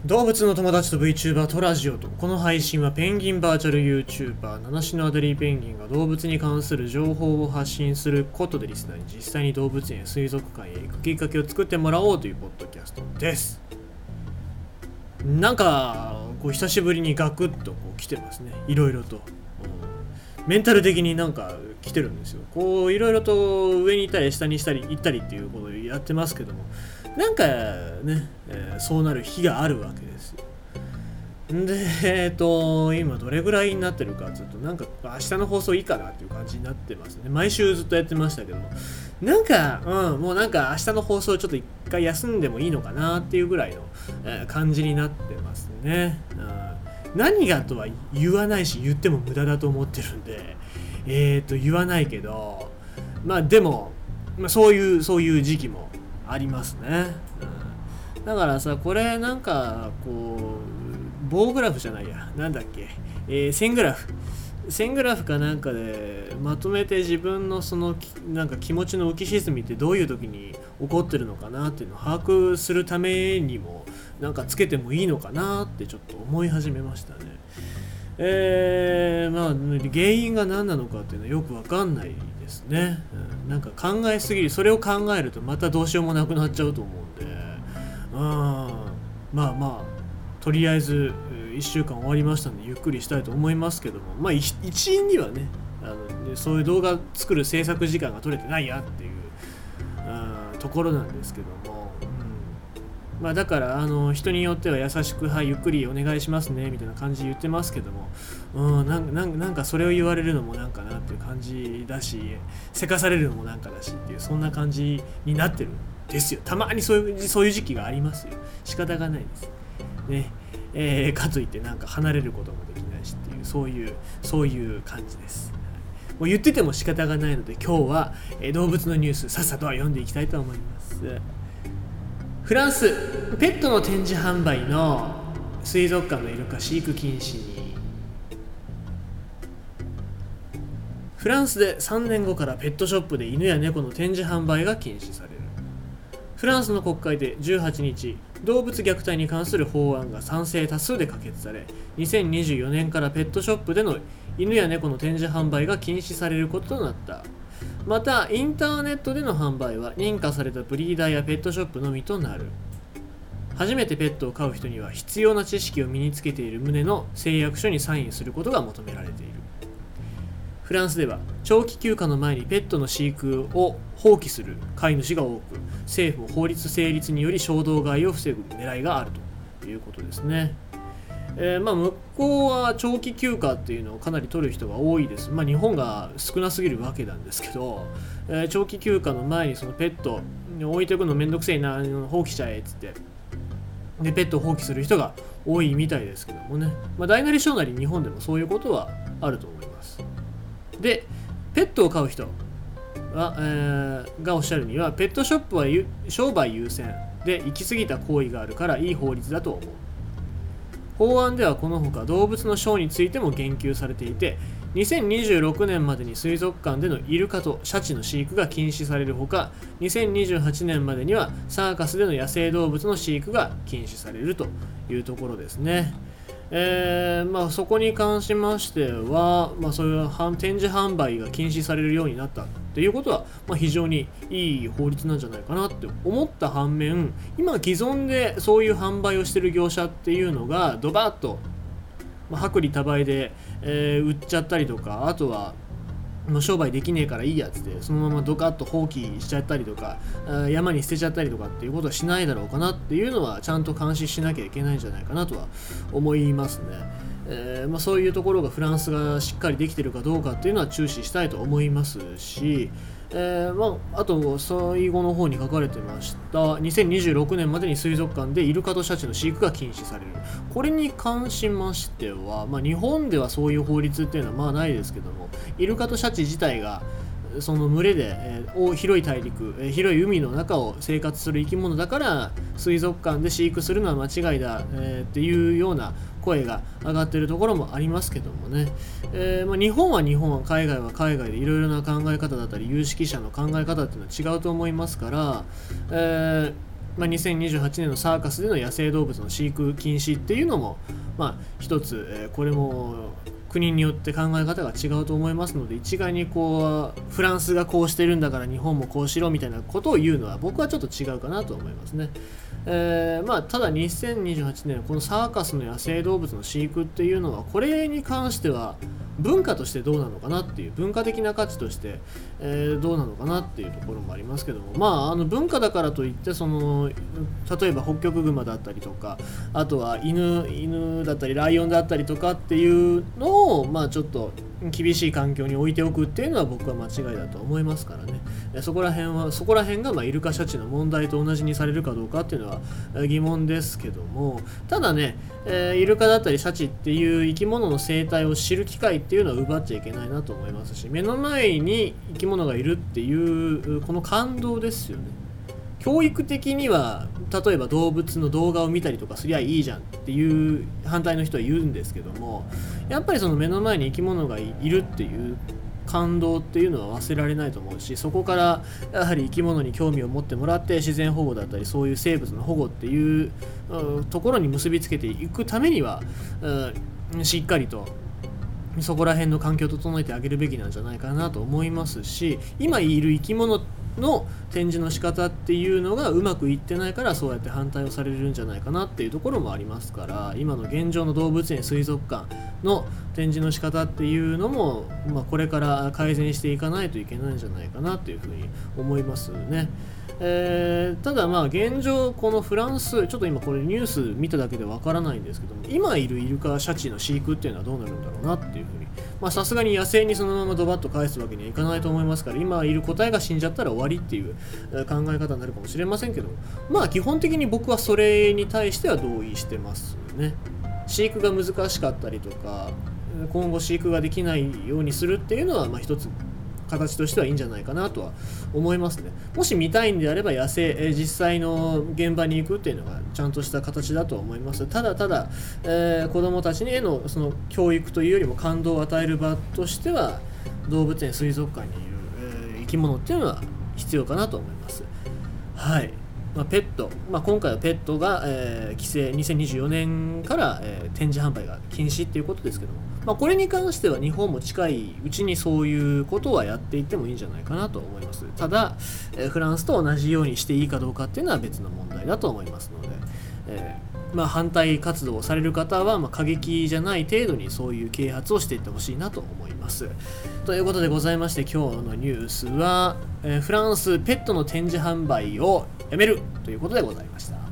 動物の友達と VTuber とラジオと。この配信はペンギンバーチャル YouTuber 七種のアデリーペンギンが動物に関する情報を発信することでリスナーに実際に動物園や水族館へ行くきっかけを作ってもらおうというポッドキャストです。なんか久しぶりにガクッと来てますね。いろいろと、メンタル的になんか来てるんですよ。いろいろと上にいたり下にしたり行ったりっていうことをやってますけども、なんかね、そうなる日があるわけですよ。で、今どれぐらいになってるかちょっとなんか明日の放送いいかなっていう感じになってますね。毎週ずっとやってましたけども、なんか、もうなんか明日の放送ちょっと一回休んでもいいのかなっていうぐらいの、感じになってますね。何がとは言わないし、言っても無駄だと思ってるんで、言わないけど、まあでも、そういう時期もありますね。だからさ、これなんか棒グラフじゃないや、なんだっけ、線グラフかなんかでまとめて自分のそのなんか気持ちの浮き沈みってどういう時に起こってるのかなっていうのを把握するためにもなんかつけてもいいのかなってちょっと思い始めましたね。まあ原因が何なのかっていうのはよくわかんないですね。なんか考えすぎる、それを考えるとまたどうしようもなくなっちゃうと思うんで、まあとりあえず1週間終わりましたのでゆっくりしたいと思いますけども、まあ一因にはね、そういう動画作る制作時間が取れてないやっていうところなんですけども、まあだから人によっては優しくはいゆっくりお願いしますねみたいな感じで言ってますけども、なんかそれを言われるのもなんかなっていう感じだし、せかされるのもなんかだしっていう、そんな感じになってるんですよ。たまにそういう時期がありますよ。仕方がないですね。かといってなんか離れることもできないしっていう、そういう感じです。もう言ってても仕方がないので今日は、動物のニュースさっさとは読んでいきたいと思います。フランス、ペットの展示販売の水族館のイルカ飼育禁止に。フランスで3年後からペットショップで犬や猫の展示販売が禁止される。フランスの国会で18日、動物虐待に関する法案が賛成多数で可決され、2024年からペットショップでの犬や猫の展示販売が禁止されることとなった。また、インターネットでの販売は認可されたブリーダーやペットショップのみとなる。初めてペットを飼う人には必要な知識を身につけている旨の誓約書にサインすることが求められている。フランスでは長期休暇の前にペットの飼育を放棄する飼い主が多く、政府も法律成立により衝動買いを防ぐ狙いがあるということですね。向こうは長期休暇っていうのをかなり取る人が多いです。日本が少なすぎるわけなんですけど、長期休暇の前にそのペット置いておくのめんどくせえな、放棄しちゃえっつってでペットを放棄する人が多いみたいですけどもね。大なり小なり日本でもそういうことはあると思います。で、ペットを飼う人は、がおっしゃるには、ペットショップは商売優先で行き過ぎた行為があるからいい法律だと思う。法案ではこのほか動物のショーについても言及されていて、2026年までに水族館でのイルカとシャチの飼育が禁止されるほか、2028年までにはサーカスでの野生動物の飼育が禁止されるというところですね。そこに関しましては、そういう展示販売が禁止されるようになったっていうことは、非常にいい法律なんじゃないかなって思った反面、今既存でそういう販売をしている業者っていうのがドバッと、薄利多売で、売っちゃったりとか、あとはもう商売できねえからいいやつでそのままドカッと放棄しちゃったりとか、山に捨てちゃったりとかっていうことはしないだろうかなっていうのはちゃんと監視しなきゃいけないんじゃないかなとは思いますね。そういうところがフランスがしっかりできてるかどうかっていうのは注視したいと思いますし、あと最後の方に書かれてました2026年までに水族館でイルカとシャチの飼育が禁止される。これに関しましては、日本ではそういう法律っていうのはないですけども、イルカとシャチ自体がその群れで、広い大陸、広い海の中を生活する生き物だから水族館で飼育するのは間違いだ、っていうような声が上がっているところもありますけどもね。日本は海外は海外でいろいろな考え方だったり有識者の考え方っていうのは違うと思いますから、 2028年のサーカスでの野生動物の飼育禁止っていうのも、一つ、これも国によって考え方が違うと思いますので、一概にこうフランスがこうしてるんだから日本もこうしろみたいなことを言うのは僕はちょっと違うかなと思いますね。ただ2028年このサーカスの野生動物の飼育っていうのは、これに関しては文化としてどうなのかなっていう、文化的な価値として、どうなのかなっていうところもありますけども、文化だからといって例えばホッキョクグマだったりとか、あとは犬だったりライオンだったりとかっていうのをちょっと厳しい環境に置いておくっていうのは僕は間違いだと思いますからね。そこら辺がイルカシャチの問題と同じにされるかどうかっていうのは疑問ですけども、ただね、イルカだったりシャチっていう生き物の生態を知る機会っていうのは奪っちゃいけないなと思いますし、目の前に生き物がいるっていうこの感動ですよね。教育的には例えば動物の動画を見たりとかすりゃいいじゃんっていう反対の人は言うんですけども、やっぱりその目の前に生き物がいるっていう感動っていうのは忘れられないと思うし、そこからやはり生き物に興味を持ってもらって自然保護だったりそういう生物の保護っていうところに結びつけていくためには、しっかりとそこら辺の環境を整えてあげるべきなんじゃないかなと思いますし、今いる生き物の展示の仕方っていうのがうまくいってないからそうやって反対をされるんじゃないかなっていうところもありますから、今の現状の動物園水族館の展示の仕方っていうのも、これから改善していかないといけないんじゃないかなというふうに思いますね。ただ現状このフランス、ちょっと今これニュース見ただけでわからないんですけども、今いるイルカシャチの飼育っていうのはどうなるんだろうなっていうふうに、さすがに野生にそのままドバッと返すわけにはいかないと思いますから、今いる個体が死んじゃったら終わりっていう考え方になるかもしれませんけども、基本的に僕はそれに対しては同意してますね。飼育が難しかったりとか今後飼育ができないようにするっていうのは一つ形としてはいいんじゃないかなとは思いますね。もし見たいんであれば実際の現場に行くっていうのがちゃんとした形だと思います。ただ、子どもたちへのその教育というよりも感動を与える場としては動物園水族館にいる、生き物っていうのは必要かなと思います。はい。ペット、今回はペットが、規制2024年から、展示販売が禁止っていうことですけども、これに関しては日本も近いうちにそういうことはやっていってもいいんじゃないかなと思います。ただ、フランスと同じようにしていいかどうかっていうのは別の問題だと思いますので、反対活動をされる方は、過激じゃない程度にそういう啓発をしていってほしいなと思います。ということでございまして、今日のニュースは、フランスペットの展示販売をやめるということでございました。